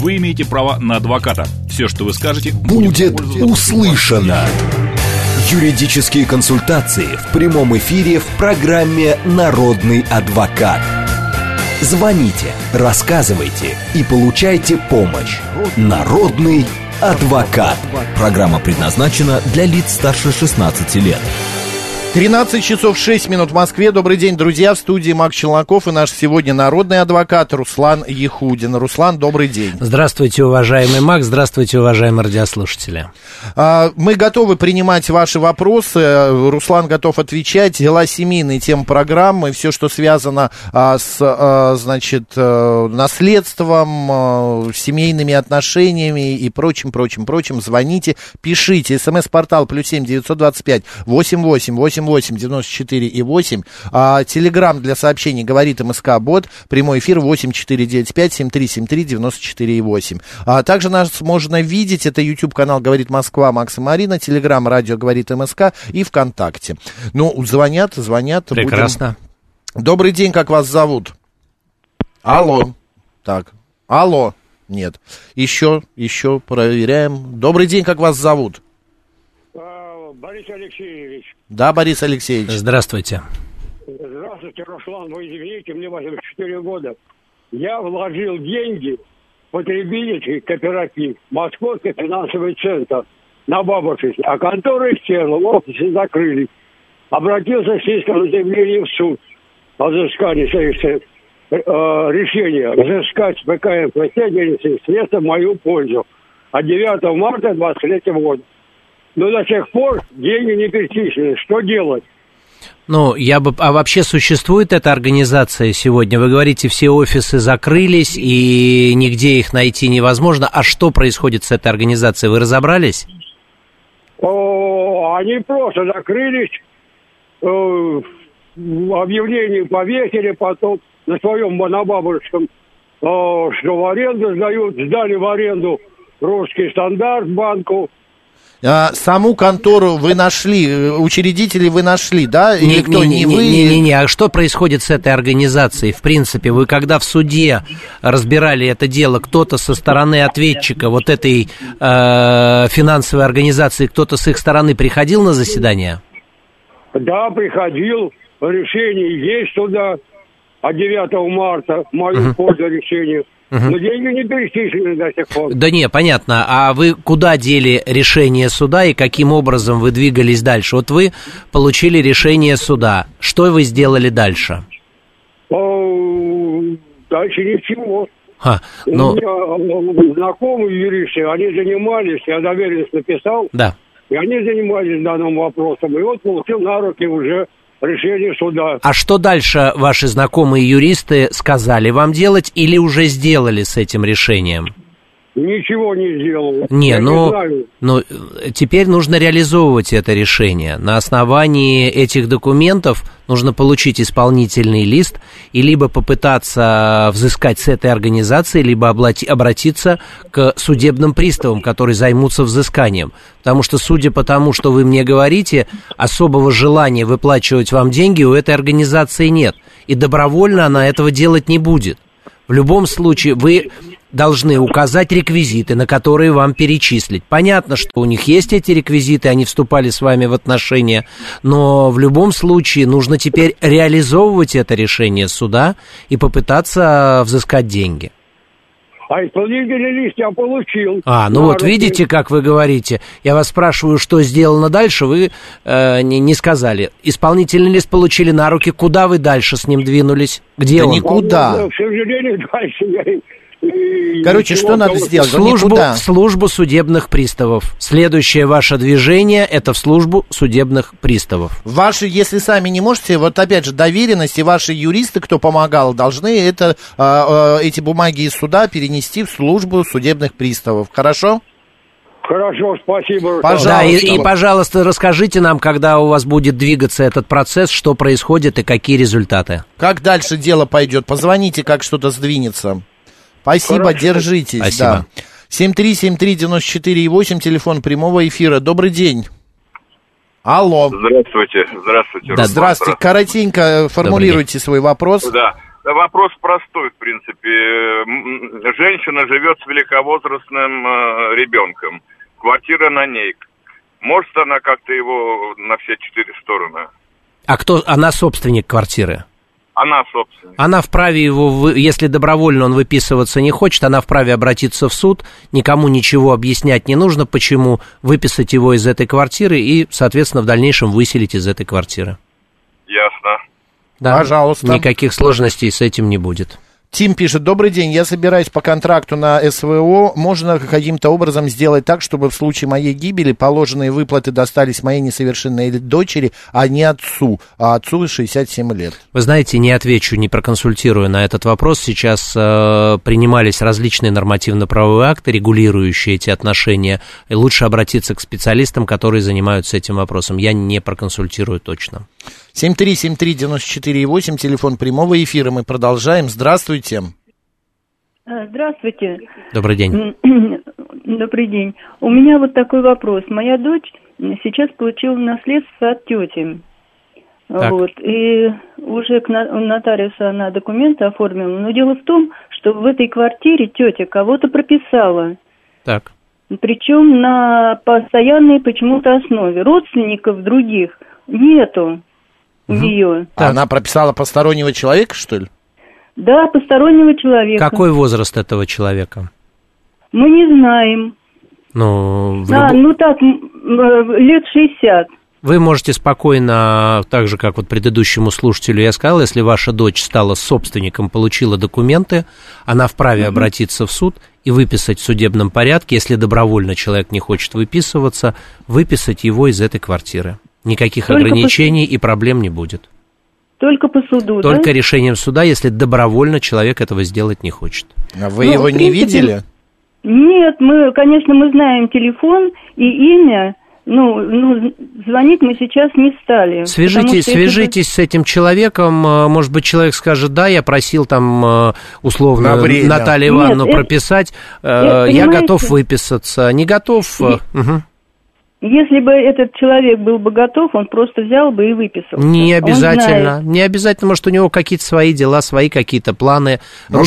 вы имеете право на адвоката. Все, что вы скажете, будет услышано. Юридические консультации в прямом эфире в программе «Народный адвокат». Звоните, рассказывайте и получайте помощь. «Народный адвокат». Программа предназначена для лиц старше 16 лет. 13 часов 6 минут в Москве. Добрый день, друзья. В студии Макс Челноков и наш сегодня народный адвокат Руслан Яхудин. Руслан, добрый день. Здравствуйте, уважаемый Макс. Здравствуйте, уважаемые радиослушатели. Мы готовы принимать ваши вопросы. Руслан готов отвечать. Дела семейные, тема программы. Все, что связано с, значит, наследством, семейными отношениями и прочим. Звоните, пишите. СМС-портал +7 925 88 94 и 8. Телеграм для сообщений говорит МСК-бот. Прямой эфир 8495 7373 94 и 8. Также нас можно видеть. Это YouTube-канал «Говорит Москва», Макс и Марина. Телеграм, радио «Говорит МСК» и ВКонтакте. Ну, звонят. Прекрасно. Добрый день, как вас зовут? Алло. Так, алло. Нет. Еще проверяем. Добрый день, как вас зовут? Борис Алексеевич. Да, Борис Алексеевич. Здравствуйте. Здравствуйте, Руслан. Вы извините, мне 84 года. Я вложил деньги в потребительский кооператив, Московский финансовый центр на Бабушкине, а конторы исчезла, офисы закрыли. Обратился с иском на заявление в суд о взыскании решения взыскать с ПКМ денежные средства в мою пользу от 9 марта 23 года. Но до сих пор деньги не перечислены. Что делать? А вообще существует эта организация сегодня? Вы говорите, все офисы закрылись и нигде их найти невозможно. А что происходит с этой организацией? Вы разобрались? Они просто закрылись, объявление повесили, потом на своем Бабушкинском, что в аренду сдали в аренду «Русский стандарт» банку. Саму контору вы нашли, учредителей вы нашли, да? Или кто, не вы? Не. А что происходит с этой организацией? В принципе, вы когда в суде разбирали это дело, кто-то со стороны ответчика вот этой финансовой организации, кто-то с их стороны приходил на заседание? Да, приходил. Решение есть туда от 9 марта, в мою пользу решение. Но деньги не перечислены до сих пор. Да не, понятно. А вы куда дели решение суда и каким образом вы двигались дальше? Вот вы получили решение суда. Что вы сделали дальше? Дальше ничего. У меня знакомые юристы, они занимались, я доверенность написал, да. И они занимались данным вопросом. И вот получил на руки уже решение суда. А что дальше ваши знакомые юристы сказали вам делать или уже сделали с этим решением? Ничего не сделал. Теперь нужно реализовывать это решение. На основании этих документов нужно получить исполнительный лист и либо попытаться взыскать с этой организации, либо обратиться к судебным приставам, которые займутся взысканием. Потому что, судя по тому, что вы мне говорите, особого желания выплачивать вам деньги у этой организации нет. И добровольно она этого делать не будет. В любом случае, вы должны указать реквизиты, на которые вам перечислить. Понятно, что у них есть эти реквизиты, они вступали с вами в отношения, но в любом случае нужно теперь реализовывать это решение суда и попытаться взыскать деньги. А исполнительный лист я получил. Видите, как вы говорите. Я вас спрашиваю, что сделано дальше, вы не сказали. Исполнительный лист получили на руки. Куда вы дальше с ним двинулись? Где он? Никуда. К сожалению, дальше я... Короче, что надо сделать? В службу судебных приставов. Следующее ваше движение – это в службу судебных приставов. Ваши, если сами не можете, вот опять же, доверенность и ваши юристы, кто помогал, должны эти бумаги из суда перенести в службу судебных приставов. Хорошо? Хорошо, спасибо. Пожалуйста. Да, и, пожалуйста, расскажите нам, когда у вас будет двигаться этот процесс, что происходит и какие результаты. Как дальше дело пойдет? Позвоните, как что-то сдвинется. Спасибо, хорошо. Держитесь. Спасибо. Да. 7373948, телефон прямого эфира. Добрый день. Алло. Здравствуйте. Да, здравствуйте. Коротенько формулируйте свой вопрос. Да. Вопрос простой, в принципе. Женщина живет с великовозрастным ребенком. Квартира на ней. Может она как-то его на все 4 стороны? А кто? Она собственник квартиры? Она собственник. Она вправе его, если добровольно он выписываться не хочет, она вправе обратиться в суд, никому ничего объяснять не нужно, почему, выписать его из этой квартиры и, соответственно, в дальнейшем выселить из этой квартиры. Ясно. Да, пожалуйста. Никаких сложностей с этим не будет. Тим пишет: добрый день, я собираюсь по контракту на СВО, можно каким-то образом сделать так, чтобы в случае моей гибели положенные выплаты достались моей несовершенной дочери, а не отцу, а отцу 67 лет. Вы знаете, не отвечу, не проконсультирую на этот вопрос, сейчас принимались различные нормативно-правовые акты, регулирующие эти отношения, и лучше обратиться к специалистам, которые занимаются этим вопросом, я не проконсультирую точно. 7373948, телефон прямого эфира, мы продолжаем. Здравствуйте. Здравствуйте. Добрый день. Добрый день. У меня вот такой вопрос. Моя дочь сейчас получила наследство от тети. Так. Вот. И уже у нотариуса она документы оформила. Но дело в том, что в этой квартире тетя кого-то прописала. Так. Причем на постоянной почему-то основе. Родственников других нету. У нее. А она прописала постороннего человека, что ли? Да, постороннего человека. Какой возраст этого человека? Мы не знаем. Ну, так, лет 60. Вы можете спокойно, так же, как вот предыдущему слушателю я сказал, если ваша дочь стала собственником, получила документы, она вправе обратиться в суд и выписать в судебном порядке, если добровольно человек не хочет выписываться, выписать его из этой квартиры. Никаких ограничений и проблем не будет. Только по суду, Только решением суда, если добровольно человек этого сделать не хочет. А вы его не видели? Нет, мы знаем телефон и имя. Звонить мы сейчас не стали. Свяжитесь с этим человеком, может быть, человек скажет: да, я просил там, условно, Наталью Ивановну прописать, я готов выписаться, не готов... Если бы этот человек был бы готов, он просто взял бы и выписал. Не обязательно. Не обязательно, может, у него какие-то свои дела, свои какие-то планы.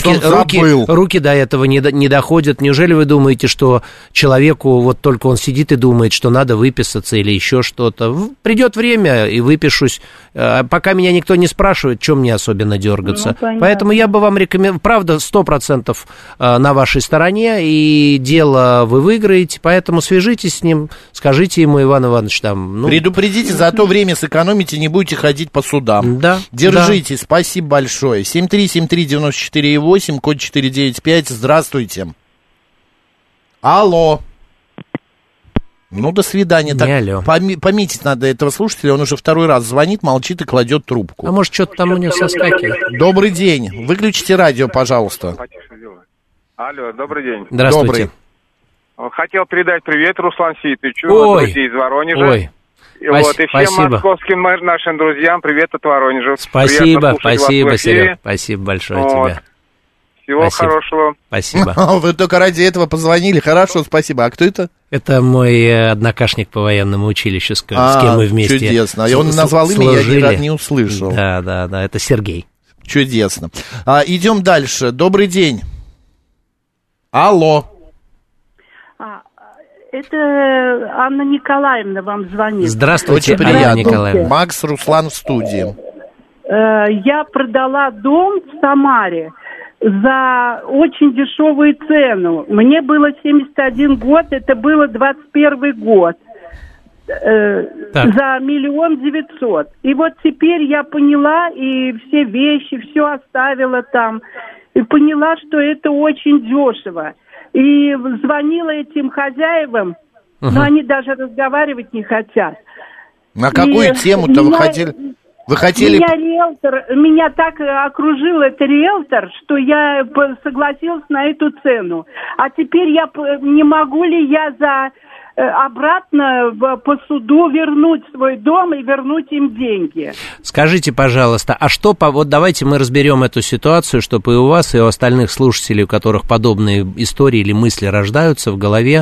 Руки до этого не доходят. Неужели вы думаете, что человеку вот только он сидит и думает, что надо выписаться или еще что-то? Придет время и выпишусь. Пока меня никто не спрашивает, чем мне особенно дергаться. Поэтому я бы вам рекомендовал, правда, 100% на вашей стороне, и дело вы выиграете, поэтому свяжитесь с ним, скажите ему: Иван Иванович, там... Предупредите, за то время сэкономите, не будете ходить по судам. Да. Держите, спасибо большое. 7373948, код 495, здравствуйте. Алло. До свидания. Не так, алло. Пометить надо этого слушателя, он уже второй раз звонит, молчит и кладет трубку. А может, что-то там у него соскакивает. Добрый день. Выключите радио, пожалуйста. Алло, добрый день. Здравствуйте. Добрый. Хотел передать привет Руслану Ситовичу, друзей из Воронежа. И всем московским нашим друзьям привет от Воронежа. Спасибо, Серег. Спасибо большое тебе. Всего хорошего. Спасибо. Вы только ради этого позвонили. Хорошо, спасибо. А кто это? Это мой однокашник по военному училищу, с кем мы вместе. Чудесно. И он назвал имя, я не услышал. Да, это Сергей. Чудесно. Идем дальше. Добрый день. Алло. Это Анна Николаевна вам звонит. Здравствуйте, очень приятно. Анна Николаевна. Макс, Руслан в студии. Я продала дом в Самаре за очень дешевую цену. Мне было 71 год, это было 21 год. За 1 900 000. И вот теперь я поняла, и все вещи, все оставила там, и поняла, что это очень дешево. И звонила этим хозяевам, но они даже разговаривать не хотят. На какую тему-то вы хотели? Меня так окружил этот риэлтор, что я согласилась на эту цену. А теперь не могу ли я обратно по суду вернуть свой дом и вернуть им деньги? Скажите, пожалуйста, вот давайте мы разберем эту ситуацию, чтобы и у вас, и у остальных слушателей, у которых подобные истории или мысли рождаются в голове,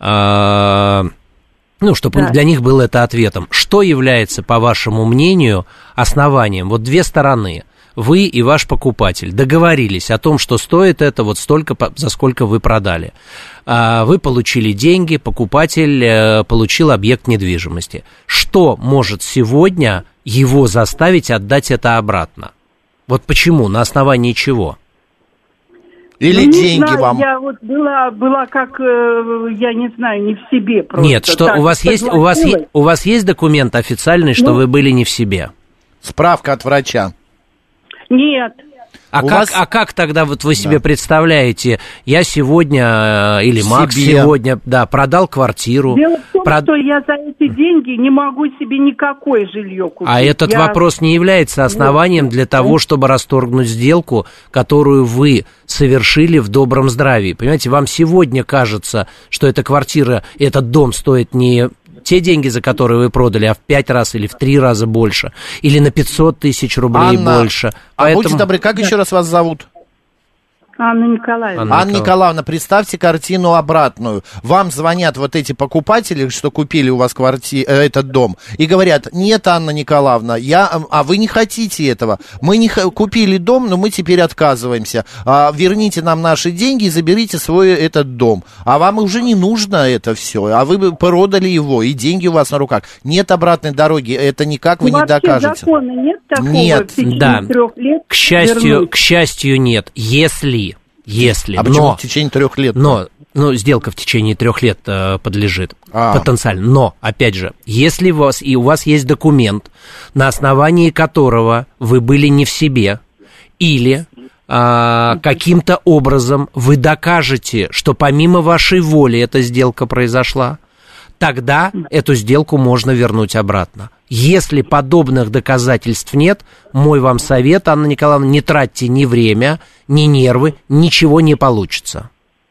чтобы для них было это ответом. Что является, по вашему мнению, основанием? Вот две стороны. вы и ваш покупатель договорились о том, что стоит это вот столько, за сколько вы продали. Вы получили деньги, покупатель получил объект недвижимости. Что может сегодня его заставить отдать это обратно? Вот почему, на основании чего? Или не деньги знаю, вам? Я вот была как, я не знаю, не в себе просто. Нет, что так, у вас есть документ официальный, что вы были не в себе? Справка от врача. Нет. А как тогда вот вы себе представляете, я сегодня или Макс сегодня, продал квартиру? Дело в том, что я за эти деньги не могу себе никакое жилье купить. А этот вопрос не является основанием для того, чтобы расторгнуть сделку, которую вы совершили в добром здравии. Понимаете, вам сегодня кажется, что эта квартира, этот дом стоит не те деньги, за которые вы продали, а в 5 раз или в 3 раза больше, или на 500 тысяч рублей больше. Поэтому... будьте добры, как еще раз вас зовут? Анна Николаевна. Анна Николаевна, представьте картину обратную. Вам звонят вот эти покупатели, что купили у вас этот дом, и говорят: нет, Анна Николаевна, а вы не хотите этого. Мы не купили дом, но мы теперь отказываемся. Верните нам наши деньги и заберите свой этот дом. А вам уже не нужно это все. А вы продали его, и деньги у вас на руках. Нет обратной дороги, это никак вы не докажете. Закона нет такого? Нет. В течение 3 лет к счастью, нет. Если, почему в течение 3 лет? Но сделка в течение 3 лет подлежит потенциально. Но, опять же, если у вас есть документ, на основании которого вы были не в себе, или каким-то образом вы докажете, что помимо вашей воли эта сделка произошла, тогда эту сделку можно вернуть обратно. Если подобных доказательств нет, мой вам совет, Анна Николаевна, не тратьте ни время, ни нервы, ничего не получится.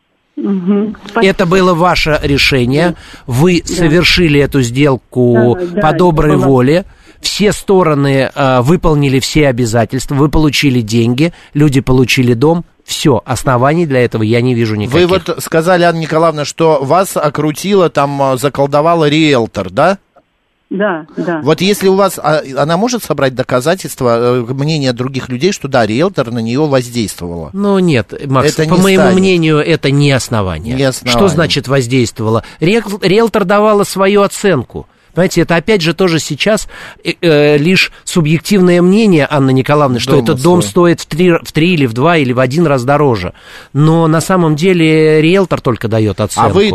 Это было ваше решение, вы совершили эту сделку по доброй воле, все стороны выполнили все обязательства, вы получили деньги, люди получили дом. Все, оснований для этого я не вижу никаких. Вы вот сказали, Анна Николаевна, что вас окрутила, там, заколдовала риэлтор, да? Да. Вот если у вас, она может собрать доказательства, мнения других людей, что да, риэлтор на нее воздействовала? Ну нет, Макс, по моему мнению, это не основание. Что значит воздействовала? Риэлтор давала свою оценку. Понимаете, это опять же тоже сейчас лишь субъективное мнение Анны Николаевны, что этот дом стоит в 3 или в 2 или в 1 раз дороже. Но на самом деле риэлтор только дает оценку. А вы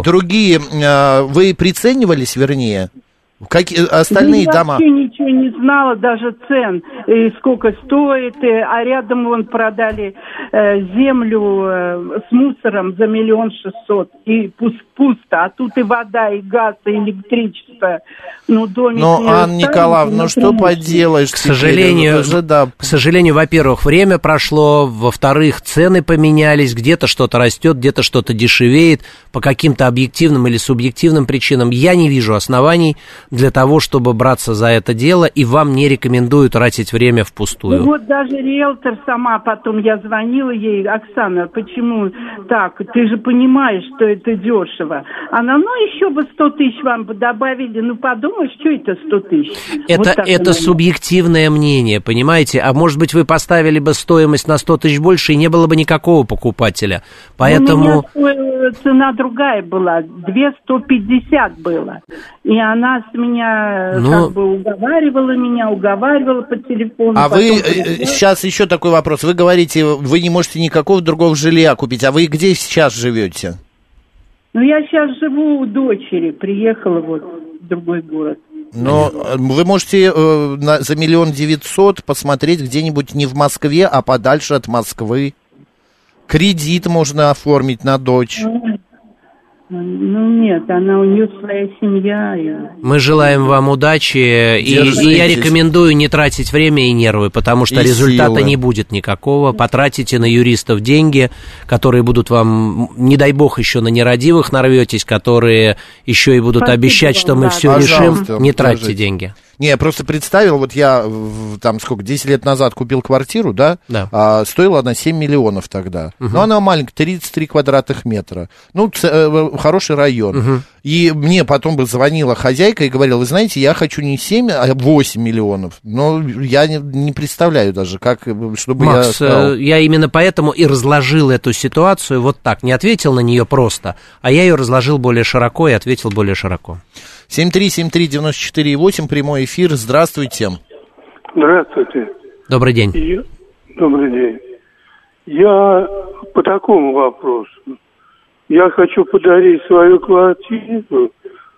вы приценивались, вернее? Остальные дома? Я вообще ничего не знала, даже цен, и сколько стоит, а рядом вон продали землю с мусором за 1 600 000, и пусто, а тут и вода, и газ, и электричество. Домик... Анна Николаевна, что поделаешь? К сожалению, во-первых, время прошло, во-вторых, цены поменялись, где-то что-то растет, где-то что-то дешевеет, по каким-то объективным или субъективным причинам. Я не вижу оснований для того, чтобы браться за это дело, и вам не рекомендую тратить время впустую. Вот даже риэлтор сама потом, я звонила ей: Оксана, почему так? Ты же понимаешь, что это дешево. Она: еще бы 100 000 вам бы добавили. Подумаешь, что это 100 000? Это субъективное мнение, понимаете? А может быть, вы поставили бы стоимость на 100 000 больше, и не было бы никакого покупателя. Поэтому... У меня цена другая была, 250 было. И она с меня уговаривала по телефону. А вы, сейчас еще такой вопрос. Вы говорите, вы не можете никакого другого жилья купить. А вы где сейчас живете? Я сейчас живу у дочери. Приехала в другой город. Но вы можете за 1 900 000 посмотреть где-нибудь не в Москве, а подальше от Москвы. Кредит можно оформить на дочь. Нет, у нее своя семья. Мы желаем вам удачи, и я рекомендую не тратить время и нервы, потому что результата не будет никакого. Потратите на юристов деньги, которые будут вам, не дай бог, еще на нерадивых нарветесь, которые еще и будут обещать, что мы все решим. Не тратьте деньги. Не, я просто представил, вот я там сколько, 10 лет назад купил квартиру, да? Да. Стоила она 7 миллионов тогда. Но она маленькая, 33 квадратных метра. Ну, хороший район. И мне потом бы звонила хозяйка и говорила, вы знаете, я хочу не 7, а 8 миллионов. Но я не представляю даже, как, чтобы Макс, я сказал. Я именно поэтому и разложил эту ситуацию вот так. Не ответил на нее просто, а я ее разложил более широко и ответил более широко. 7373948, прямой эфир. Здравствуйте. Здравствуйте. Добрый день. Добрый день. Я по такому вопросу. Я хочу подарить свою квартиру,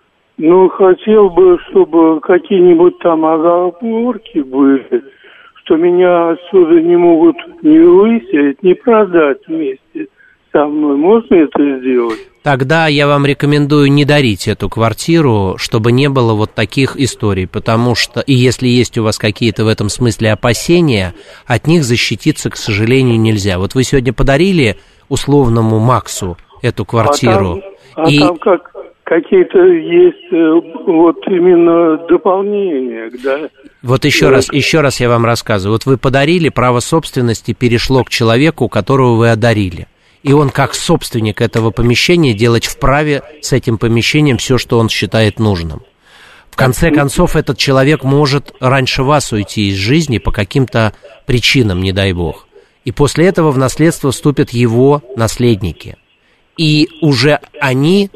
но хотел бы, чтобы какие-нибудь там оговорки были, что меня отсюда не могут не выселить, не продать вместе со мной. Можно это сделать? Тогда я вам рекомендую не дарить эту квартиру, чтобы не было вот таких историй, потому что, и если есть у вас какие-то в этом смысле опасения, от них защититься, к сожалению, нельзя. Вот вы сегодня подарили условному Максу эту квартиру. Там как какие-то есть вот именно дополнения, да? Вот еще раз я вам рассказываю. Вот вы подарили, право собственности перешло к человеку, которого вы одарили. И он, как собственник этого помещения, делать вправе с этим помещением все, что он считает нужным. В конце концов, этот человек может раньше вас уйти из жизни по каким-то причинам, не дай бог. И после этого в наследство вступят его наследники. И уже они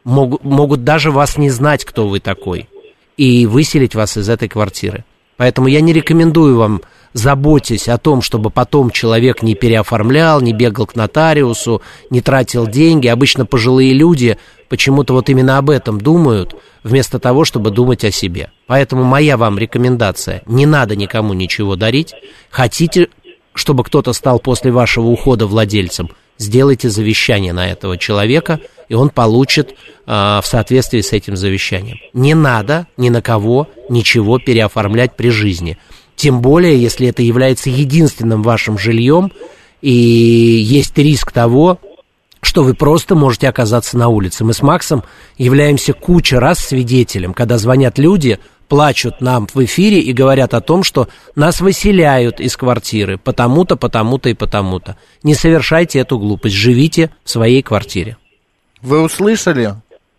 могут даже вас не знать, кто вы такой, и выселить вас из этой квартиры. Поэтому я не рекомендую вам, заботьтесь о том, чтобы потом человек не переоформлял, не бегал к нотариусу, не тратил деньги. Обычно пожилые люди почему-то вот именно об этом думают, вместо того, чтобы думать о себе. Поэтому моя вам рекомендация: не надо никому ничего дарить. Хотите, чтобы кто-то стал после вашего ухода владельцем, сделайте завещание на этого человека, и он получит в соответствии с этим завещанием. Не надо ни на кого ничего переоформлять при жизни. Тем более, если это является единственным вашим жильем, и есть риск того, что вы просто можете оказаться на улице. Мы с Максом являемся куча раз свидетелем, когда звонят люди, плачут нам в эфире и говорят о том, что нас выселяют из квартиры потому-то, потому-то и потому-то. Не совершайте эту глупость, живите в своей квартире. Вы услышали?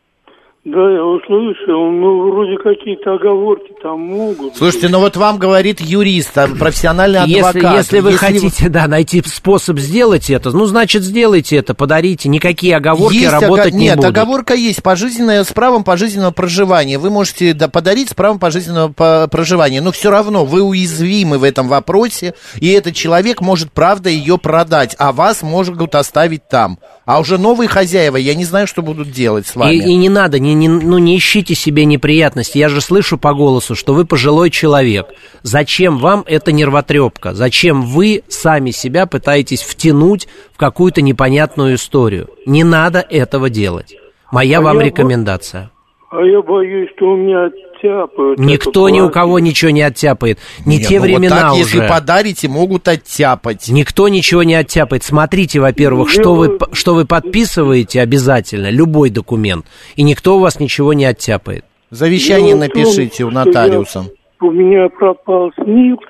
Да, я услышал, ну, вроде какие-то оговорки там могут. Слушайте, ну вот вам говорит юрист, профессиональный адвокат. Если вы хотите, да, найти способ сделать это, ну, значит, сделайте это, подарите. Никакие оговорки есть работать не будут. Нет, оговорка есть, пожизненная, с правом пожизненного проживания. Вы можете подарить с правом пожизненного проживания, но все равно вы уязвимы в этом вопросе, и этот человек может, правда, ее продать, а вас могут оставить там. А уже новые хозяева, я не знаю, что будут делать с вами. И не надо, не ищите себе неприятности. Я же слышу по голосу, что вы пожилой человек. Зачем вам эта нервотрепка? Зачем вы сами себя пытаетесь втянуть в какую-то непонятную историю? Не надо этого делать. Моя вам рекомендация. А я боюсь, что у меня оттяпают. Никто ни у кого ничего не оттяпает. Не те времена вот так, уже. Если подарите, могут оттяпать. Никто ничего не оттяпает. Смотрите, во-первых, что вы подписываете обязательно, любой документ, и никто у вас ничего не оттяпает. Завещание напишите у нотариуса. У меня пропал СНИЛС,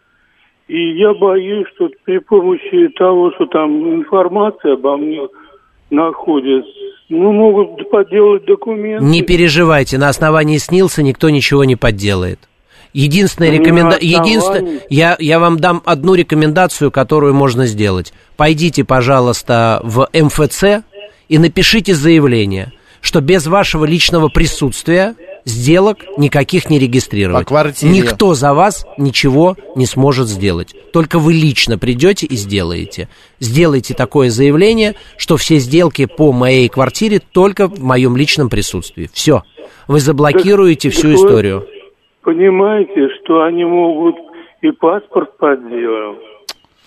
и я боюсь, что при помощи того, что там информация обо мне находится, ну, могут подделать документы. Не переживайте, на основании СНИЛСа никто ничего не подделает. Единственная рекомендация, я вам дам одну рекомендацию, которую можно сделать. Пойдите, пожалуйста, в МФЦ и напишите заявление, что без вашего личного присутствия сделок никаких не регистрировать. По квартире. Никто за вас ничего не сможет сделать. Только вы лично придете и сделаете. Сделайте такое заявление, что все сделки по моей квартире только в моем личном присутствии. Все. Вы заблокируете всю историю. Понимаете, что они могут и паспорт подделать.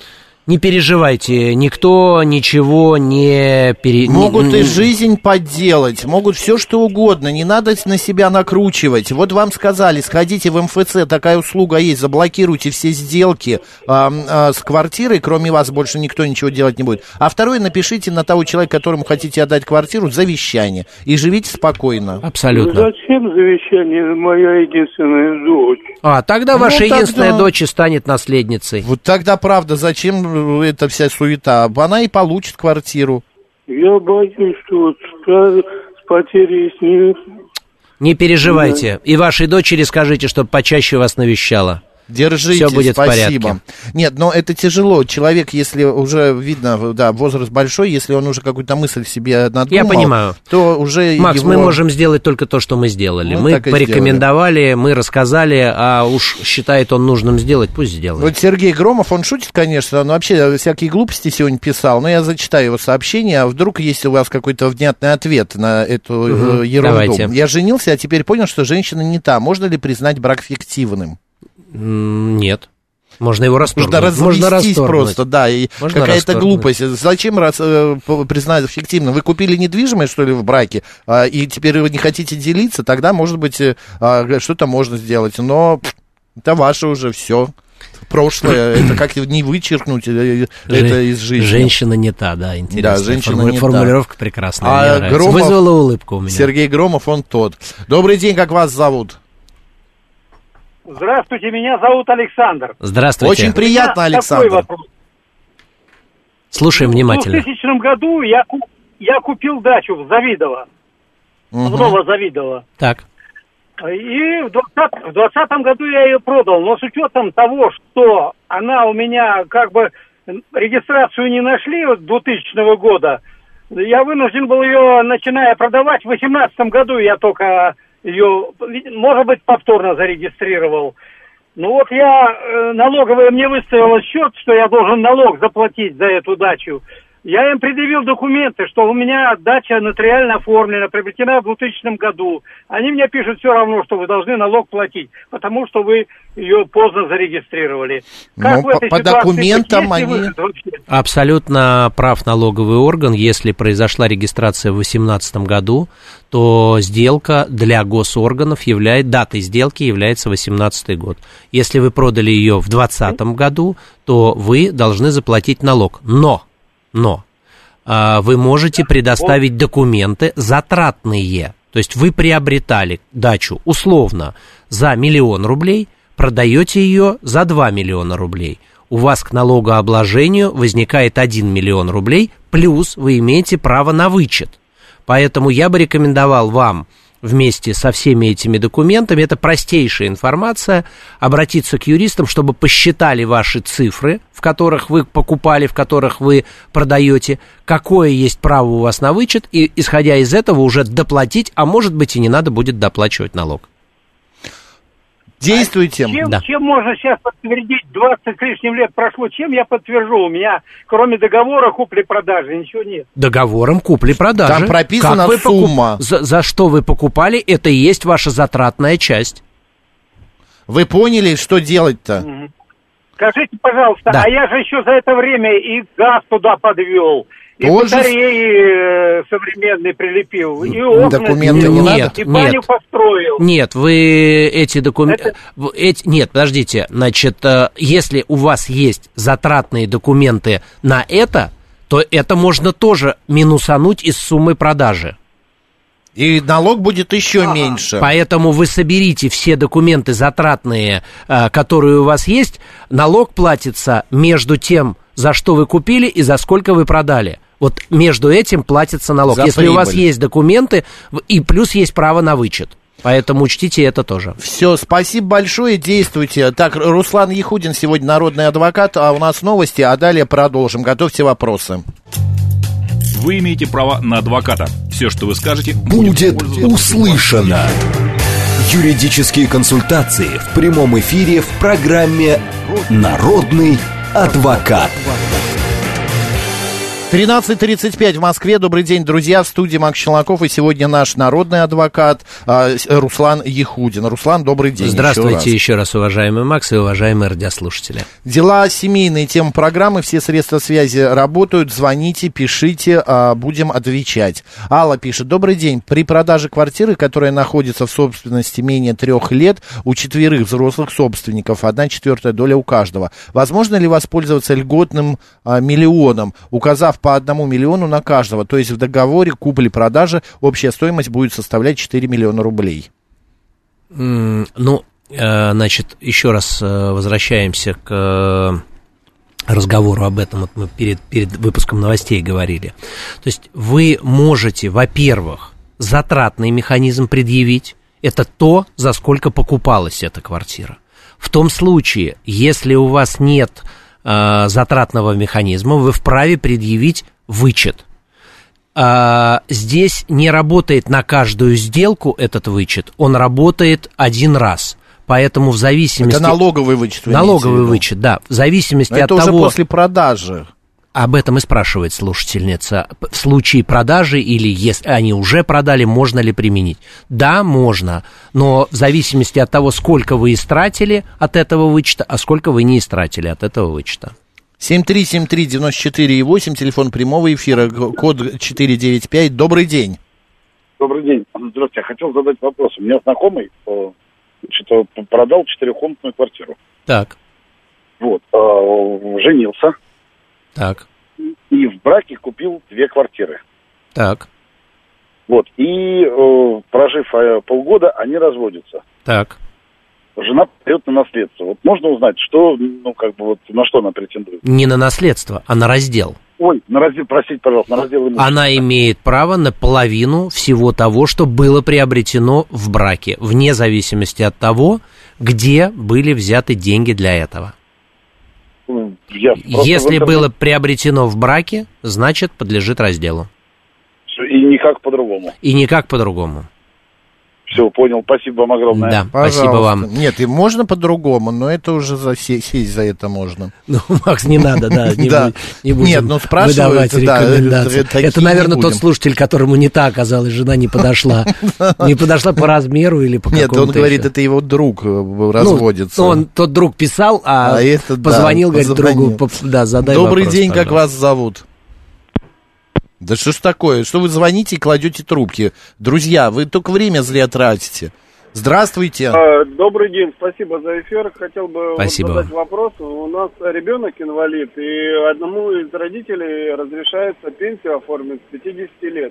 Не переживайте, никто ничего не... Могут и жизнь подделать, могут все что угодно, не надо на себя накручивать. Вот вам сказали, сходите в МФЦ, такая услуга есть, заблокируйте все сделки с квартирой, кроме вас больше никто ничего делать не будет. А второе, напишите на того человека, которому хотите отдать квартиру, завещание, и живите спокойно. Абсолютно. Ну, зачем завещание? Моя единственная дочь. Тогда ваша единственная дочь станет наследницей. Вот тогда, правда, зачем эта вся суета? Она и получит квартиру. Я боюсь, что вот с потерей с ней... Не переживайте. И вашей дочери скажите, чтобы почаще вас навещала. Держите, все будет спасибо. В порядке. Нет, но это тяжело. Человек, если уже видно, да, возраст большой, если он уже какую-то мысль в себе надумал, я понимаю. То уже Макс, его... мы можем сделать только то, что мы сделали. Мы порекомендовали, сделали. Мы рассказали, а уж считает он нужным сделать, пусть сделает. Вот Сергей Громов, он шутит, конечно, он вообще всякие глупости сегодня писал, но я зачитаю его сообщение, а вдруг есть у вас какой-то внятный ответ на эту ерунду. Давайте. Я женился, а теперь понял, что женщина не та. Можно ли признать брак фиктивным? Нет. Можно его расторгнуть. Можно развестись просто, да, и какая-то глупость. Зачем признать фиктивно? Вы купили недвижимость, что ли, в браке, и теперь вы не хотите делиться, тогда, может быть, что-то можно сделать, но это ваше уже все. Прошлое, это как не вычеркнуть это из жизни. Женщина не та, да, интересно. Да, женщина не формулировка та. Прекрасная, Громов, вызвала улыбку у меня. Сергей Громов, он тот. Добрый день, как вас зовут? Здравствуйте, меня зовут Александр. Здравствуйте. Очень приятно, Александр. Такой вопрос. Слушаем внимательно. В 2000 году я купил дачу в Завидово, в Новозавидово. Так. И в 2020 году я ее продал, но с учетом того, что она у меня как бы регистрацию не нашли вот 2000 года, я вынужден был ее, начиная продавать, в 2018 году я только... ее, может быть, повторно зарегистрировал. Ну вот налоговая мне выставила счет, что я должен налог заплатить за эту дачу. Я им предъявил документы, что у меня дача нотариально оформлена, приобретена в 2000 году. Они мне пишут все равно, что вы должны налог платить, потому что вы ее поздно зарегистрировали. Как в этой по ситуации, документам они... Абсолютно прав налоговый орган. Если произошла регистрация в 2018 году, то сделка для госорганов датой сделки является 2018 год. Если вы продали ее в 2020 году, то вы должны заплатить налог. Но вы можете предоставить документы затратные. То есть вы приобретали дачу условно за 1 миллион рублей, продаете ее за 2 миллиона рублей. У вас к налогообложению возникает 1 миллион рублей, плюс вы имеете право на вычет. Поэтому я бы рекомендовал вам вместе со всеми этими документами, это простейшая информация, обратиться к юристам, чтобы посчитали ваши цифры, в которых вы покупали, в которых вы продаете, какое есть право у вас на вычет, и, исходя из этого, уже доплатить, а может быть и не надо будет доплачивать налог. Действуйте. Чем можно сейчас подтвердить? 20 с лишним лет прошло. Чем я подтвержу? У меня, кроме договора купли-продажи, ничего нет. Договором купли-продажи. Там прописана сумма. За что вы покупали, это и есть ваша затратная часть. Вы поняли, что делать-то? Скажите, пожалуйста, а я же еще за это время и газ туда подвел, и батареи современные прилепил, и окна документы не надо? и баню построил. Нет, вы эти документы... Нет, подождите, значит, если у вас есть затратные документы на это, то это можно тоже минусануть из суммы продажи. И налог будет еще меньше. Поэтому вы соберите все документы затратные, которые у вас есть. Налог платится между тем, за что вы купили и за сколько вы продали. Вот между этим платится налог. Если у вас есть документы, и плюс есть право на вычет. Поэтому учтите это тоже. Все, спасибо большое, действуйте. Так, Руслан Яхудин сегодня народный адвокат, а у нас новости, а далее продолжим. Готовьте вопросы. Вы имеете право на адвоката. Все, что вы скажете, будет услышано. Юридические консультации в прямом эфире в программе «Народный адвокат». 13:35 в Москве. Добрый день, друзья. В студии Макс Челноков. И сегодня наш народный адвокат Руслан Ехудин. Руслан, добрый день. Здравствуйте еще раз, уважаемый Макс и уважаемые радиослушатели. Дела семейные, тема программы. Все средства связи работают. Звоните, пишите, будем отвечать. Алла пишет. Добрый день. При продаже квартиры, которая находится в собственности менее 3 лет, у 4 взрослых собственников, 1/4 доля у каждого. Возможно ли воспользоваться льготным миллионом, указав по 1 миллиону на каждого, то есть в договоре купли-продажи общая стоимость будет составлять 4 миллиона рублей? Значит, еще раз возвращаемся к разговору об этом, вот мы перед выпуском новостей говорили. То есть вы можете, во-первых, затратный механизм предъявить, это то, за сколько покупалась эта квартира. В том случае, если у вас нет затратного механизма, вы вправе предъявить вычет. Здесь не работает на каждую сделку этот вычет, он работает один раз. Поэтому в зависимости... Это налоговый вычет. Налоговый вычет, да. В зависимости от того... Это уже после продажи. Об этом и спрашивает слушательница. В случае продажи или если они уже продали, можно ли применить? Да, можно, но в зависимости от того, сколько вы истратили от этого вычета, а сколько вы не истратили от этого вычета. 7373948, телефон прямого эфира, код 495. Добрый день. Добрый день. Здравствуйте. Я хотел задать вопрос. У меня знакомый продал 4-комнатную квартиру. Так. Вот. Женился. Так. И в браке купил 2 квартиры. Так. Вот. И прожив полгода, они разводятся. Так. Жена дает на наследство. Вот можно узнать, что, на что она претендует? Не на наследство, а на раздел. Ой, на раздел, простите, пожалуйста, на раздел имущества. Она имеет право на половину всего того, что было приобретено в браке, вне зависимости от того, где были взяты деньги для этого. Если было приобретено в браке, значит, подлежит разделу. И никак по-другому. И никак по-другому. Все, понял. Спасибо вам огромное. Да, спасибо вам. Нет, и можно по-другому, но это уже сесть за это можно. Ну, Макс, не надо, да. Не будем. Нет, ну спрашивают, рекомендации. Это, наверное, тот слушатель, которому не та оказалась, жена не подошла. Не подошла по размеру или по какому-то... Нет, он говорит, это его друг разводится. Он тот друг писал, а позвонил, говорит, другу, задай вопрос. Добрый день, как вас зовут? Да что ж такое? Что вы звоните и кладете трубки? Друзья, вы только время зря тратите. Здравствуйте. Добрый день, спасибо за эфир. Хотел бы задать вопрос. У нас ребенок инвалид, и одному из родителей разрешается пенсию оформить с 50 лет.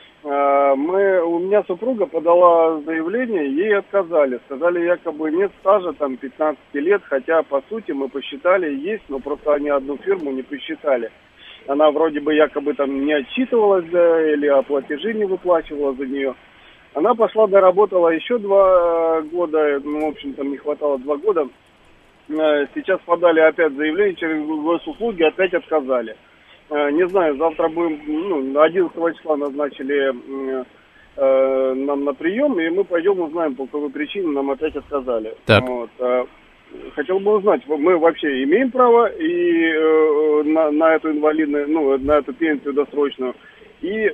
У меня супруга подала заявление, ей отказали. Сказали, якобы нет стажа, 15 лет, хотя, по сути, мы посчитали, есть, но просто они одну фирму не посчитали. Она вроде бы якобы не отчитывалась, или платежи не выплачивала за нее. Она пошла, доработала еще 2 года, в общем, не хватало 2 года. Сейчас подали опять заявление через госуслуги, опять отказали. Не знаю, завтра будем, 11 числа назначили нам на прием, и мы пойдем узнаем, по какой причине нам опять отказали. Так. Вот. Хотел бы узнать, мы вообще имеем право и на эту инвалидную, на эту пенсию досрочную, и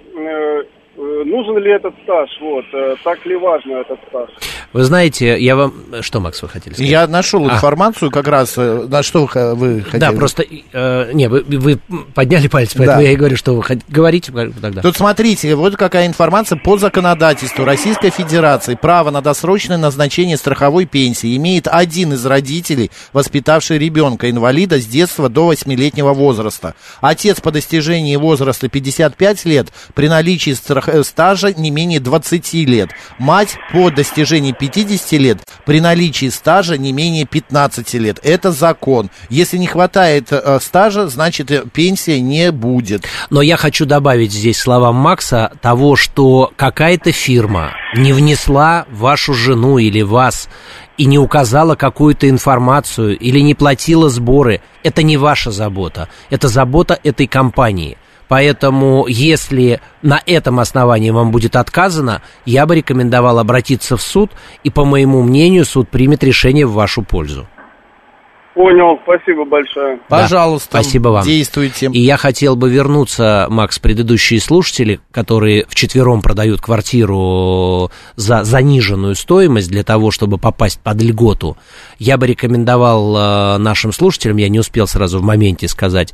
нужен ли этот стаж, так ли важно этот стаж? Вы знаете, я вам... Что, Макс, вы хотели сказать? Я нашел информацию как раз, на что вы хотели. Да, просто... вы подняли палец, поэтому я и говорю, что вы говорите тогда. Тут смотрите, вот какая информация. По законодательству Российской Федерации право на досрочное назначение страховой пенсии имеет один из родителей, воспитавший ребенка-инвалида с детства до 8-летнего возраста. Отец по достижении возраста 55 лет при наличии стажа не менее 20 лет. Мать по достижении 50 лет при наличии стажа не менее 15 лет. Это закон. Если не хватает стажа, значит пенсия не будет. Но я хочу добавить здесь словам Макса того, что какая-то фирма не внесла вашу жену или вас и не указала какую-то информацию или не платила сборы. Это не ваша забота. Это забота этой компании. Поэтому, если на этом основании вам будет отказано, я бы рекомендовал обратиться в суд, и, по моему мнению, суд примет решение в вашу пользу. Понял, спасибо большое. Пожалуйста, да, спасибо вам. Действуйте. И я хотел бы вернуться, Макс, предыдущие слушатели, которые вчетвером продают квартиру за заниженную стоимость для того, чтобы попасть под льготу. Я бы рекомендовал нашим слушателям, я не успел сразу в моменте сказать,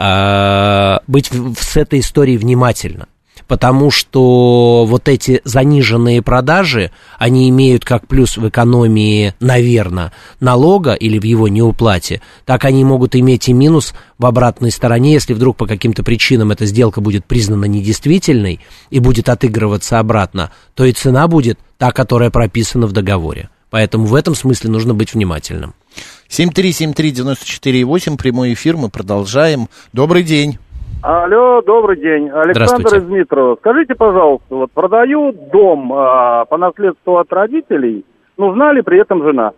быть с этой историей внимательно. Потому что вот эти заниженные продажи, они имеют как плюс в экономии, наверное, налога или в его неуплате, так они могут иметь и минус в обратной стороне, если вдруг по каким-то причинам эта сделка будет признана недействительной и будет отыгрываться обратно, то и цена будет та, которая прописана в договоре. Поэтому в этом смысле нужно быть внимательным. 7373948, прямой эфир, мы продолжаем. Добрый день. Алло, добрый день. Александр из Дмитрова. Скажите, пожалуйста, вот продаю дом по наследству от родителей, нужна ли при этом жена?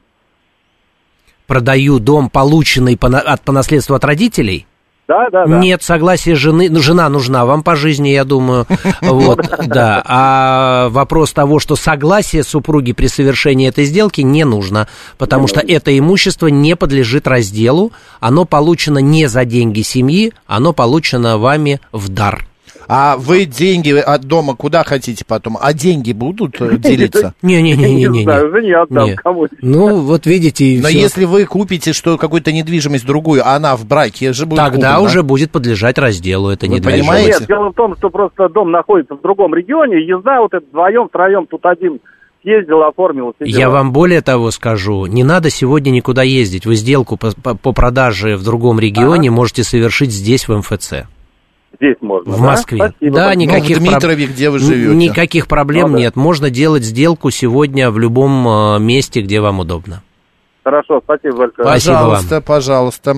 Продаю дом, полученный по наследству от родителей? Да. Нет, согласие жены, жена нужна вам по жизни, я думаю, вот, да, а вопрос того, что согласие супруги при совершении этой сделки не нужно, потому что это имущество не подлежит разделу, оно получено не за деньги семьи, оно получено вами в дар. А вы деньги от дома куда хотите потом? А деньги будут делиться? Не-не-не. Не знаю, жене отдам кому-то. Ну, вот видите, но если вы купите какую-то недвижимость другую, а она в браке же будет тогда уже будет подлежать разделу эта недвижимость. Понимаете? Нет, дело в том, что просто дом находится в другом регионе, езда вот это вдвоем, втроем, тут один съездил, оформил. Я вам более того скажу, не надо сегодня никуда ездить. Вы сделку по продаже в другом регионе можете совершить здесь, в МФЦ. Здесь можно, в Москве. Спасибо. Да, никаких в Дмитрове, где вы живете. Никаких проблем нет. Можно делать сделку сегодня в любом месте, где вам удобно. Хорошо, спасибо большое. Пожалуйста.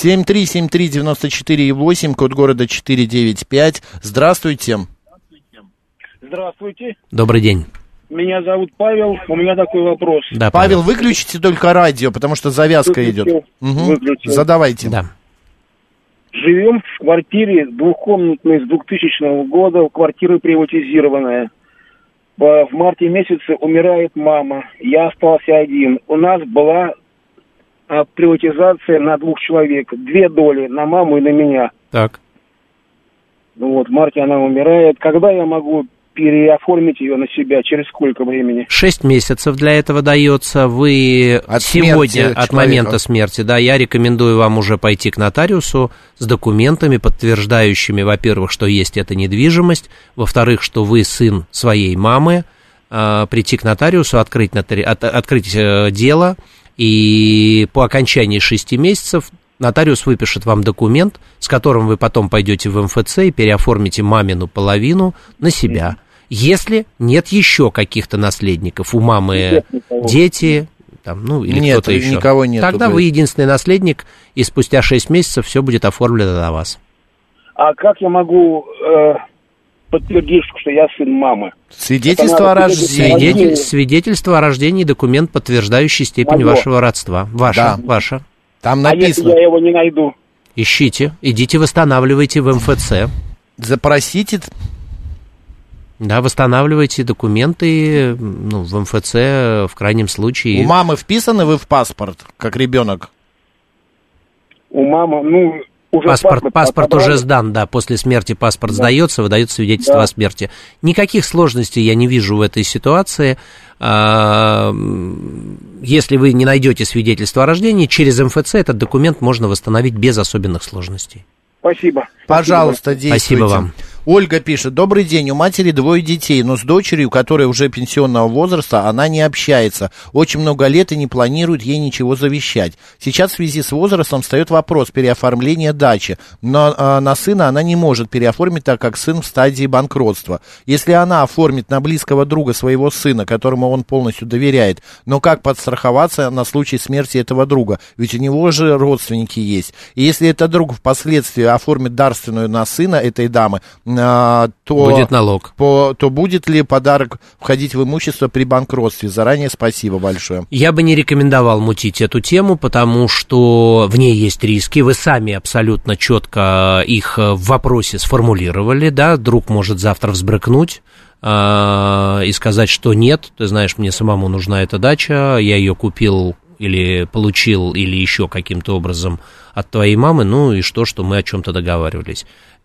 7373948, код города 495. Здравствуйте. Здравствуйте. Добрый день. Меня зовут Павел, у меня такой вопрос. Да, Павел, выключите только радио, потому что завязка идет. Выключил. Задавайте. Да. Живем в квартире двухкомнатной с 2000 года, квартира приватизированная. В марте месяце умирает мама, я остался один. У нас была приватизация на 2 человек, 2 доли, на маму и на меня. Так. Вот, в марте она умирает. Когда я могу переоформить ее на себя, через сколько времени? 6 месяцев для этого дается. Вы сегодня, от момента смерти, да, я рекомендую вам уже пойти к нотариусу с документами, подтверждающими, во-первых, что есть эта недвижимость, во-вторых, что вы сын своей мамы, прийти к нотариусу, открыть дело, и по окончании 6 месяцев нотариус выпишет вам документ, с которым вы потом пойдете в МФЦ и переоформите мамину половину на себя. Если нет еще каких-то наследников, у мамы дети, там, ну, или нет, кто-то еще. Никого нет. Тогда вы единственный наследник, и спустя 6 месяцев все будет оформлено на вас. А как я могу подтвердить, что я сын мамы? Свидетельство о рождении. Свидетельство о рождении, документ, подтверждающий степень вашего родства. Ваша. Там написано. А если я его не найду? Ищите, идите восстанавливайте в МФЦ. Запросите. Да, восстанавливайте документы, ну, в МФЦ в крайнем случае. У мамы вписаны вы в паспорт, как ребенок? У мамы, ну, уже паспорт уже сдан, да, после смерти паспорт сдается, выдается свидетельство о смерти. Никаких сложностей я не вижу в этой ситуации. Если вы не найдете свидетельство о рождении, через МФЦ этот документ можно восстановить без особенных сложностей. Спасибо. Пожалуйста, действуйте. Спасибо вам. Ольга пишет: добрый день, у матери 2 детей, но с дочерью, которая уже пенсионного возраста, она не общается. Очень много лет и не планирует ей ничего завещать. Сейчас в связи с возрастом встает вопрос переоформления дачи, но на сына она не может переоформить, так как сын в стадии банкротства. Если она оформит на близкого друга своего сына, которому он полностью доверяет, но как подстраховаться на случай смерти этого друга? Ведь у него же родственники есть. И если этот друг впоследствии оформит дарственную на сына этой дамы, то будет налог. То будет ли подарок входить в имущество при банкротстве? Заранее спасибо большое. Я бы не рекомендовал мутить эту тему, потому что в ней есть риски. Вы сами абсолютно четко их в вопросе сформулировали, да, друг может завтра взбрыкнуть и сказать, что нет, ты знаешь, мне самому нужна эта дача, я ее купил или получил, или еще каким-то образом от твоей мамы, ну и что мы о чем-то договаривались.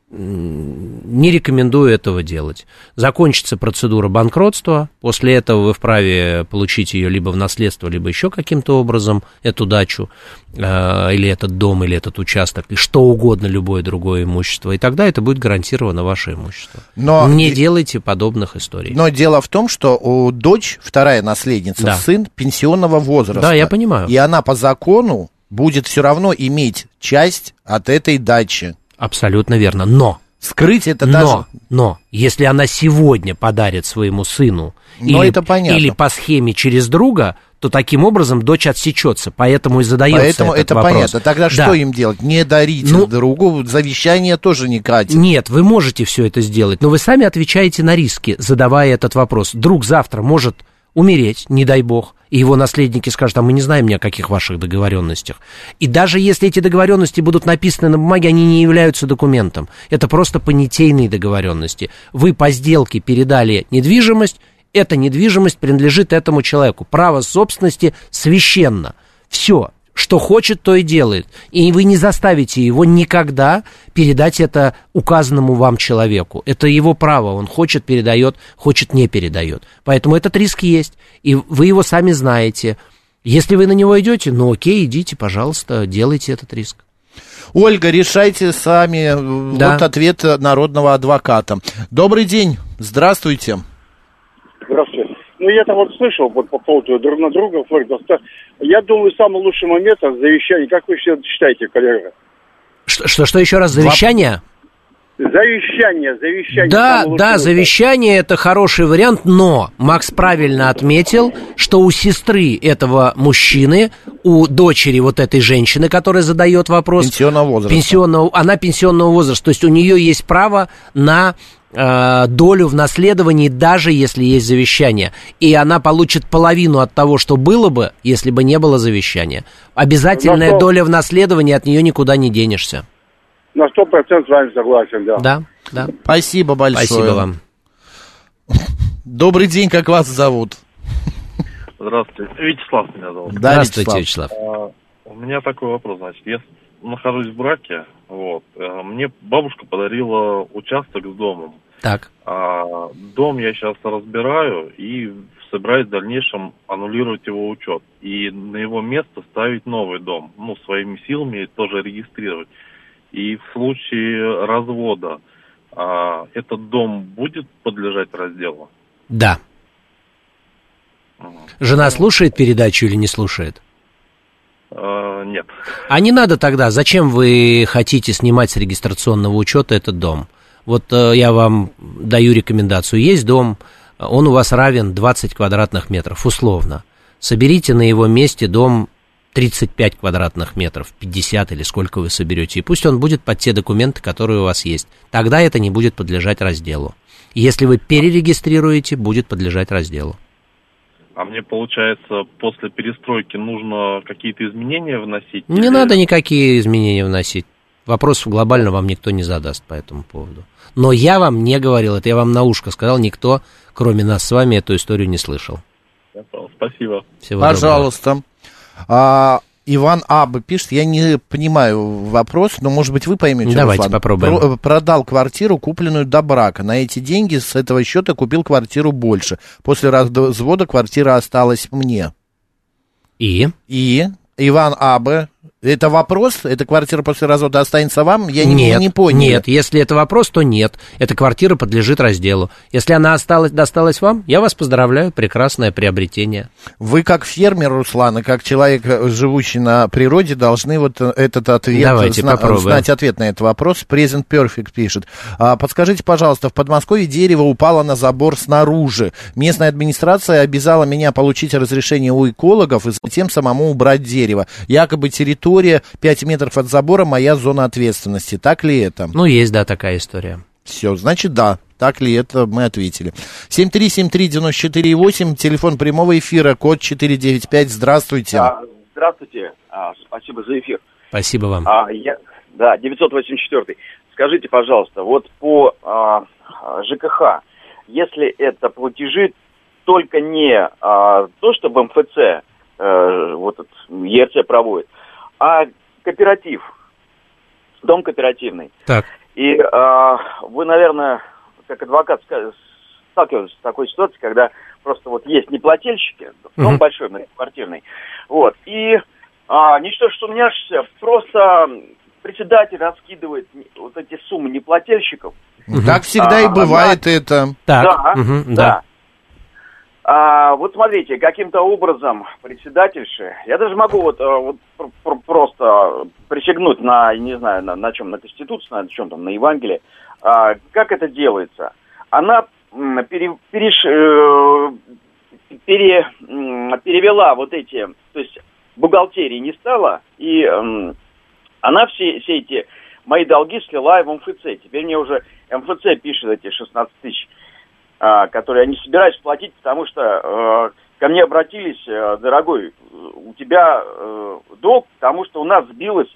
Не рекомендую этого делать. Закончится процедура банкротства, после этого вы вправе получить ее либо в наследство, либо еще каким-то образом, эту дачу, или этот дом, или этот участок, и что угодно, любое другое имущество, и тогда это будет гарантировано ваше имущество. Но не делайте подобных историй. Но дело в том, что у дочь, вторая наследница, да, сын пенсионного возраста. Да, я понимаю. И она по закону будет все равно иметь часть от этой дачи. Абсолютно верно, но... Скрыть это даже... Но, если она сегодня подарит своему сыну или по схеме через друга, то таким образом дочь отсечется, поэтому и задается этот вопрос. Понятно. Тогда что им делать? Не дарить другу, завещание тоже не катит. Нет, вы можете все это сделать, но вы сами отвечаете на риски, задавая этот вопрос. Друг завтра может умереть, не дай бог, и его наследники скажут, а мы не знаем ни о каких ваших договоренностях. И даже если эти договоренности будут написаны на бумаге, они не являются документом. Это просто понятийные договоренности. Вы по сделке передали недвижимость, эта недвижимость принадлежит этому человеку. Право собственности священно. Все. Что хочет, то и делает. И вы не заставите его никогда передать это указанному вам человеку. Это его право. Он хочет, передает, хочет, не передает. Поэтому этот риск есть. И вы его сами знаете. Если вы на него идете, ну окей, идите, пожалуйста, делайте этот риск. Ольга, решайте сами. Да. Вот ответ народного адвоката. Добрый день. Здравствуйте. Здравствуйте. Ну, я там вот слышал вот по поводу друг на друга. Я думаю, самый лучший момент от завещания. Как вы все считаете, коллега? Что еще раз? Завещание? Завещание. Да, завещание — это хороший вариант, но Макс правильно отметил, что у сестры этого мужчины, у дочери вот этой женщины, которая задает вопрос... Пенсионного возраста. Она пенсионного возраста, то есть у нее есть право на... долю в наследовании, даже если есть завещание. И она получит половину от того, что было бы, если бы не было завещания. Обязательная доля в наследовании, от нее никуда не денешься. На 100% с вами согласен, да. Да. Спасибо большое. Спасибо вам. Добрый день, как вас зовут? Здравствуйте. Вячеслав меня зовут. Да, здравствуйте, Вячеслав. У меня такой вопрос, значит. Я нахожусь в браке, вот. Мне бабушка подарила участок с домом. Так. Дом я сейчас разбираю и собираюсь в дальнейшем аннулировать его учет. И на его место ставить новый дом. Ну, своими силами тоже регистрировать. И в случае развода этот дом будет подлежать разделу? Да. Жена слушает передачу или не слушает? Нет. А не надо тогда. Зачем вы хотите снимать с регистрационного учета этот дом? Вот я вам даю рекомендацию. Есть дом, он у вас равен 20 квадратных метров, условно. Соберите на его месте дом 35 квадратных метров, 50 или сколько вы соберете. И пусть он будет под те документы, которые у вас есть. Тогда это не будет подлежать разделу. Если вы перерегистрируете, будет подлежать разделу. А мне, получается, после перестройки нужно какие-то изменения вносить? Не надо никакие изменения вносить. Вопросов глобально вам никто не задаст по этому поводу. Но я вам не говорил, это я вам на ушко сказал, никто, кроме нас с вами, эту историю не слышал. Спасибо. Всего пожалуйста. Иван Абы пишет, я не понимаю вопрос, но, может быть, вы поймете. Давайте Руслан. попробуем. Продал квартиру, купленную до брака. На эти деньги с этого счета купил квартиру больше. После развода квартира осталась мне. И Иван Абы. Это вопрос? Эта квартира после развода останется вам? Я не понял. Нет, если это вопрос, то нет. Эта квартира подлежит разделу. Если она досталась вам, я вас поздравляю, прекрасное приобретение. Вы как фермер, Руслан, и как человек, живущий на природе, должны вот этот ответ знать ответ на этот вопрос. Present Perfect пишет. Подскажите, пожалуйста, в Подмосковье дерево упало на забор снаружи. Местная администрация обязала меня получить разрешение у экологов и затем самому убрать дерево. Якобы территория 5 метров от забора моя зона ответственности. Так ли это? Ну, есть, да, такая история. Все, значит, да. Так ли это, мы ответили. 7373948, телефон прямого эфира, код 495. Здравствуйте. Здравствуйте. Спасибо за эфир. Спасибо вам. 984. Скажите, пожалуйста, вот по ЖКХ, если это платежи только не то, чтобы МФЦ вот этот ЕРЦ проводит, а кооператив, дом кооперативный. Так. И вы, наверное, как адвокат сталкивались с такой ситуацией, когда просто вот есть неплательщики, дом большой, многоквартирный, вот, и ничто, что умняшься, просто председатель раскидывает вот эти суммы неплательщиков. Так всегда и бывает это. Так. Да. Вот смотрите, каким-то образом председательши, я даже могу вот просто присягнуть на, не знаю, на чем, на Конституцию, на чем там, на Евангелие, как это делается. Она перевела вот эти, то есть бухгалтерии не стало, и она все эти мои долги слила в МФЦ. Теперь мне уже МФЦ пишет эти 16 тысяч, которые я не собираюсь платить, потому что ко мне обратились: дорогой, у тебя долг, потому что у нас сбилась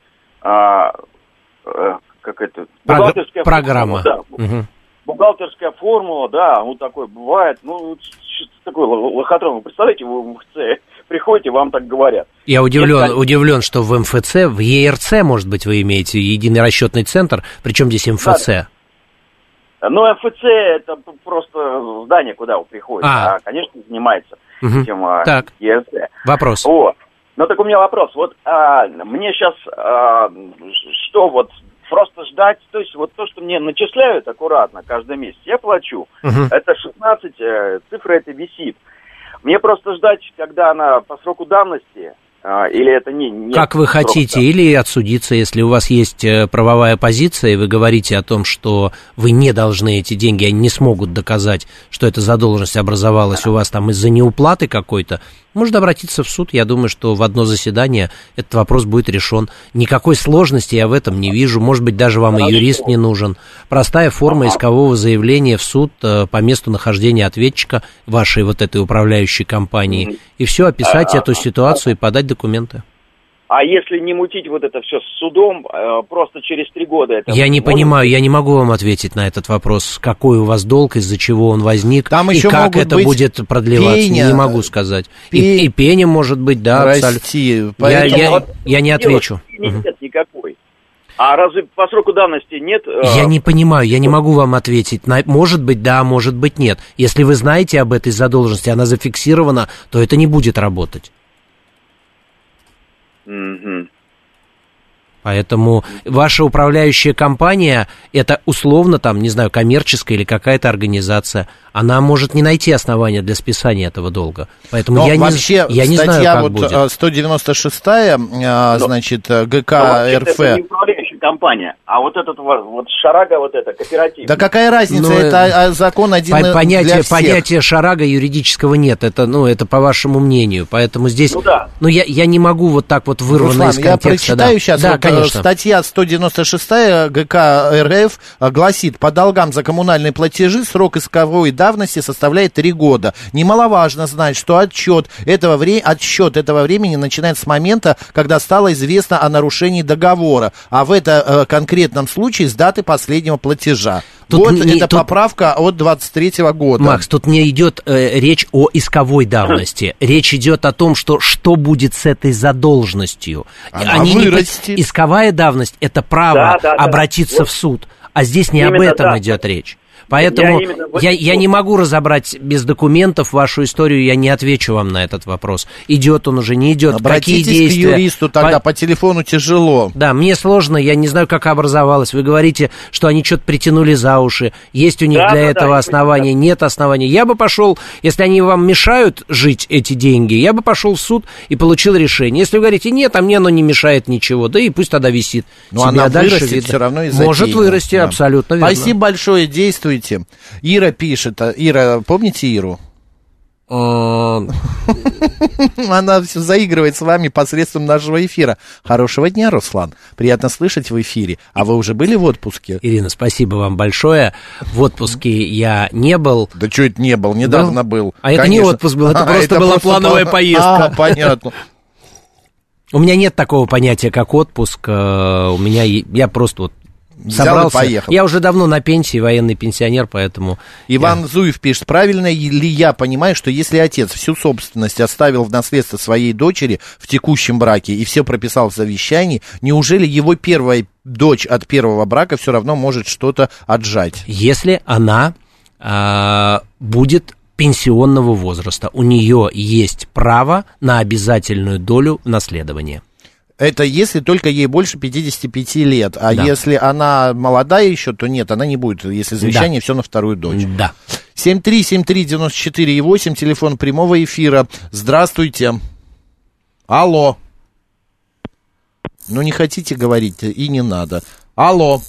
бухгалтерская программа. Формула, да, бухгалтерская формула, да, вот такое бывает. Ну, такой лохотрон. Вы представляете, вы в МФЦ приходите, вам так говорят. Я удивлен, что в МФЦ, в ЕРЦ, может быть, вы имеете единый расчетный центр, причем здесь МФЦ? Да. Ну, МФЦ это просто здание, куда вы приходите, конечно, занимается этим ЕРЦ. Вопрос. Вот. Ну, так у меня вопрос. Вот мне сейчас что вот просто ждать, то есть вот то, что мне начисляют аккуратно каждый месяц, я плачу. Это 16, цифра это висит. Мне просто ждать, когда она по сроку давности, или это не как вы хотите, или отсудиться, если у вас есть правовая позиция, и вы говорите о том, что вы не должны эти деньги, они не смогут доказать, что эта задолженность образовалась у вас там из-за неуплаты какой-то, можно обратиться в суд. Я думаю, что в одно заседание этот вопрос будет решен. Никакой сложности я в этом не вижу. Может быть, даже вам и юрист не нужен. Простая форма искового заявления в суд по месту нахождения ответчика вашей вот этой управляющей компании. И все, описать эту ситуацию и подать документы. А если не мутить вот это все с судом, просто через 3 года это... Я не понимаю, я не могу вам ответить на этот вопрос, какой у вас долг, из-за чего он возник, там и еще как это будет продлеваться, пеня, не могу сказать. И пеня может быть, да, абсолютно. Я не отвечу. Нет никакой. А разве по сроку давности нет? Я не понимаю, я не могу вам ответить. Может быть, да, может быть, нет. Если вы знаете об этой задолженности, она зафиксирована, то это не будет работать. Поэтому ваша управляющая компания, это условно там, не знаю, коммерческая или какая-то организация, она может не найти основания для списания этого долга. Поэтому я не знаю, как вот будет. 196-я, значит, ГК РФ... Это не управляющая компания, а вот этот вот шарага, вот это, кооператив. Да какая разница, это закон один для всех. Понятия шарага юридического нет, это по вашему мнению, поэтому здесь... я не могу вот так вот вырвано из контекста. Я прочитаю сейчас, статья 196 ГК РФ гласит: по долгам за коммунальные платежи срок исковой давности составляет 3 года. Немаловажно знать, что отсчет этого времени начинается с момента, когда стало известно о нарушении договора, а в этом конкретном случае с даты последнего платежа. Поправка от 23-го года. Макс, тут не идет речь о исковой давности. Речь идет о том, что будет с этой задолженностью. Исковая давность – это право обратиться в суд. А здесь не об этом идет речь. Поэтому я не могу разобрать без документов вашу историю, я не отвечу вам на этот вопрос. Идет он уже, не идет, обратитесь какие действия. К юристу тогда, по телефону тяжело. Да, мне сложно, я не знаю, как образовалось. Вы говорите, что они что-то притянули за уши. Есть у них для этого основания, нет оснований. Я бы пошел, если они вам мешают жить, эти деньги, я бы пошел в суд и получил решение. Если вы говорите, нет, а мне оно не мешает ничего, да и пусть тогда висит. Но она вырастет все равно из-за Может денег. Вырасти, да. Абсолютно верно. Спасибо большое, действуйте. Ира пишет. Ира, помните Иру? Она все заигрывает с вами посредством нашего эфира. Хорошего дня, Руслан. Приятно слышать в эфире. А вы уже были в отпуске? Irina, спасибо вам большое. В отпуске я не был. Да что это не был? Недавно был. А это не отпуск был, это просто была плановая поездка. Понятно. У меня нет такого понятия, как отпуск. У меня я просто Собрался. Поехал. Я уже давно на пенсии, военный пенсионер, поэтому... Иван Зуев пишет, правильно ли я понимаю, что если отец всю собственность оставил в наследство своей дочери в текущем браке и все прописал в завещании, неужели его первая дочь от первого брака все равно может что-то отжать? Если она будет пенсионного возраста, у нее есть право на обязательную долю в наследовании. Это если только ей больше 55 лет. А да. Если она молодая еще, то нет, она не будет, если завещание все на вторую дочь. Да. 7373948, телефон прямого эфира. Здравствуйте. Алло. Ну, не хотите говорить, и не надо. Алло.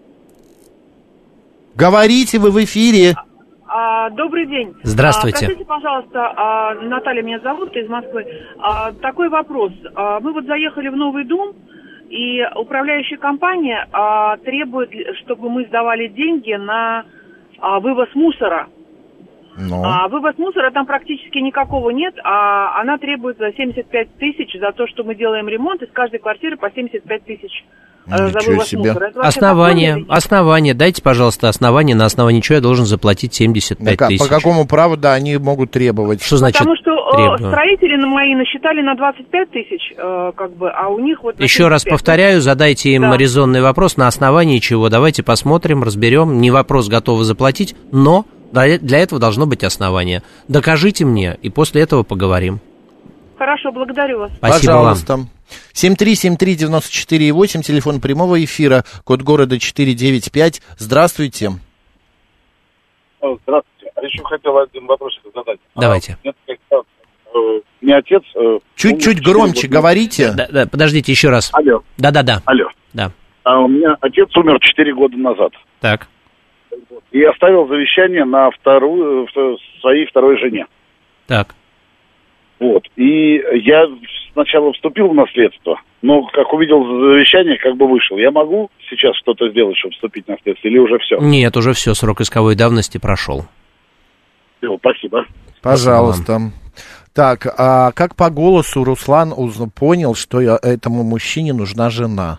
Говорите, вы в эфире. Добрый день. Здравствуйте. Простите, пожалуйста, Наталья меня зовут, из Москвы. Такой вопрос. Мы вот заехали в новый дом, и управляющая компания требует, чтобы мы сдавали деньги на вывоз мусора. А вывоз мусора там практически никакого нет, а она требует за 75 тысяч за то, что мы делаем ремонт, из каждой квартиры по 75 тысяч. Ничего себе. Основание. Дайте, пожалуйста, основание, на основании чего я должен заплатить 75 тысяч. По какому праву, да, они могут требовать? Что значит Потому что требую? Строители мои насчитали на 25 тысяч, а у них вот... Еще раз повторяю, задайте им резонный вопрос, на основании чего. Давайте посмотрим, разберем. Не вопрос, готовы заплатить, но для этого должно быть основание. Докажите мне, и после этого поговорим. Хорошо, благодарю вас. Спасибо. Пожалуйста. 7373948, телефон прямого эфира, код города 495. Здравствуйте. Здравствуйте. А еще хотел один вопрос задать. Давайте. Мне отец... Чуть-чуть громче говорите. Да, подождите, еще раз. Алло. Да-да-да. Алло. Да. У меня отец умер 4 года назад. Так. И оставил завещание на своей второй жене. Так. Вот. И я сначала вступил в наследство, но как увидел завещание, как бы вышел. Я могу сейчас что-то сделать, чтобы вступить в наследство, или уже все? Нет, уже все, срок исковой давности прошел. Все, спасибо. Пожалуйста. Так, а как по голосу Руслан понял, что этому мужчине нужна жена?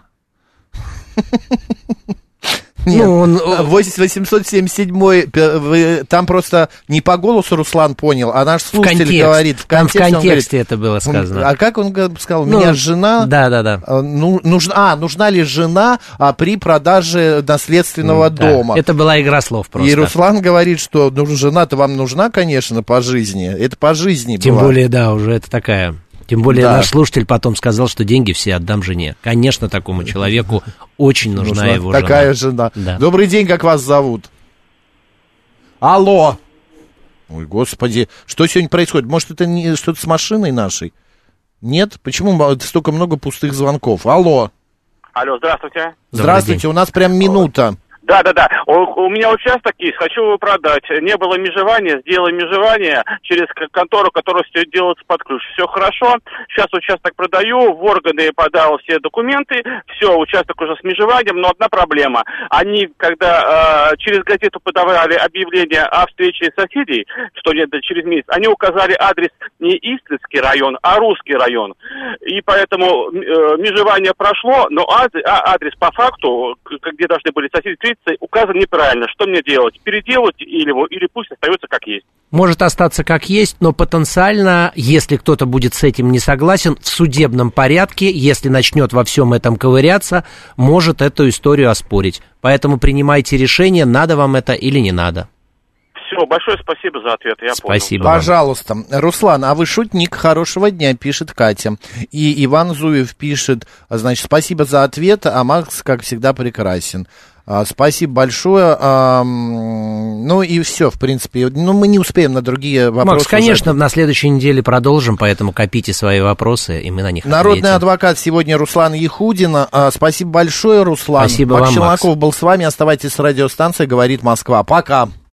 Нет, 8877, там просто не по голосу Руслан понял, а наш слушатель говорит... В контексте это было сказано. А как он сказал? У меня жена... Да. Нужна ли жена при продаже наследственного дома? Это была игра слов просто. И Руслан говорит, что жена-то вам нужна, конечно, по жизни. Это по жизни Тем более, да, уже это такая... Тем более наш слушатель потом сказал, что деньги все отдам жене. Конечно, такому человеку очень нужна его жена. Такая жена. Да. Добрый день, как вас зовут? Алло. Ой, господи, что сегодня происходит? Может, это не что-то с машиной нашей? Нет? Почему столько много пустых звонков? Алло. Алло, здравствуйте. Здравствуйте, у нас прям минута. Да. У меня участок есть, хочу его продать. Не было межевания, сделай межевание через контору, которая все делается под ключ. Все хорошо. Сейчас участок продаю, в органы подал все документы, все, участок уже с межеванием, но одна проблема. Они, когда через газету подавали объявление о встрече соседей, что нет, через месяц, они указали адрес не Истринский район, а Русский район. И поэтому межевание прошло, но адрес по факту, где должны были соседи встретиться, указан неправильно. Что мне делать? Переделать или пусть остается как есть? Может остаться как есть, но потенциально, если кто-то будет с этим не согласен, в судебном порядке, если начнет во всем этом ковыряться, может эту историю оспорить. Поэтому принимайте решение, надо вам это или не надо. Все, большое спасибо за ответ, я спасибо понял. Пожалуйста. Руслан, а вы шутник, хорошего дня, пишет Катя. И Иван Зуев пишет, значит, спасибо за ответ, а Макс, как всегда, прекрасен. Спасибо большое. Ну и все, в принципе. Ну, мы не успеем на другие вопросы. Макс, конечно, на следующей неделе продолжим, поэтому копите свои вопросы, и мы на них ответим. Народный адвокат сегодня Руслан Яхудин. Спасибо большое, Руслан. Спасибо вам, Макс. Челноков был с вами. Оставайтесь с радиостанцией «Говорит Москва». Пока.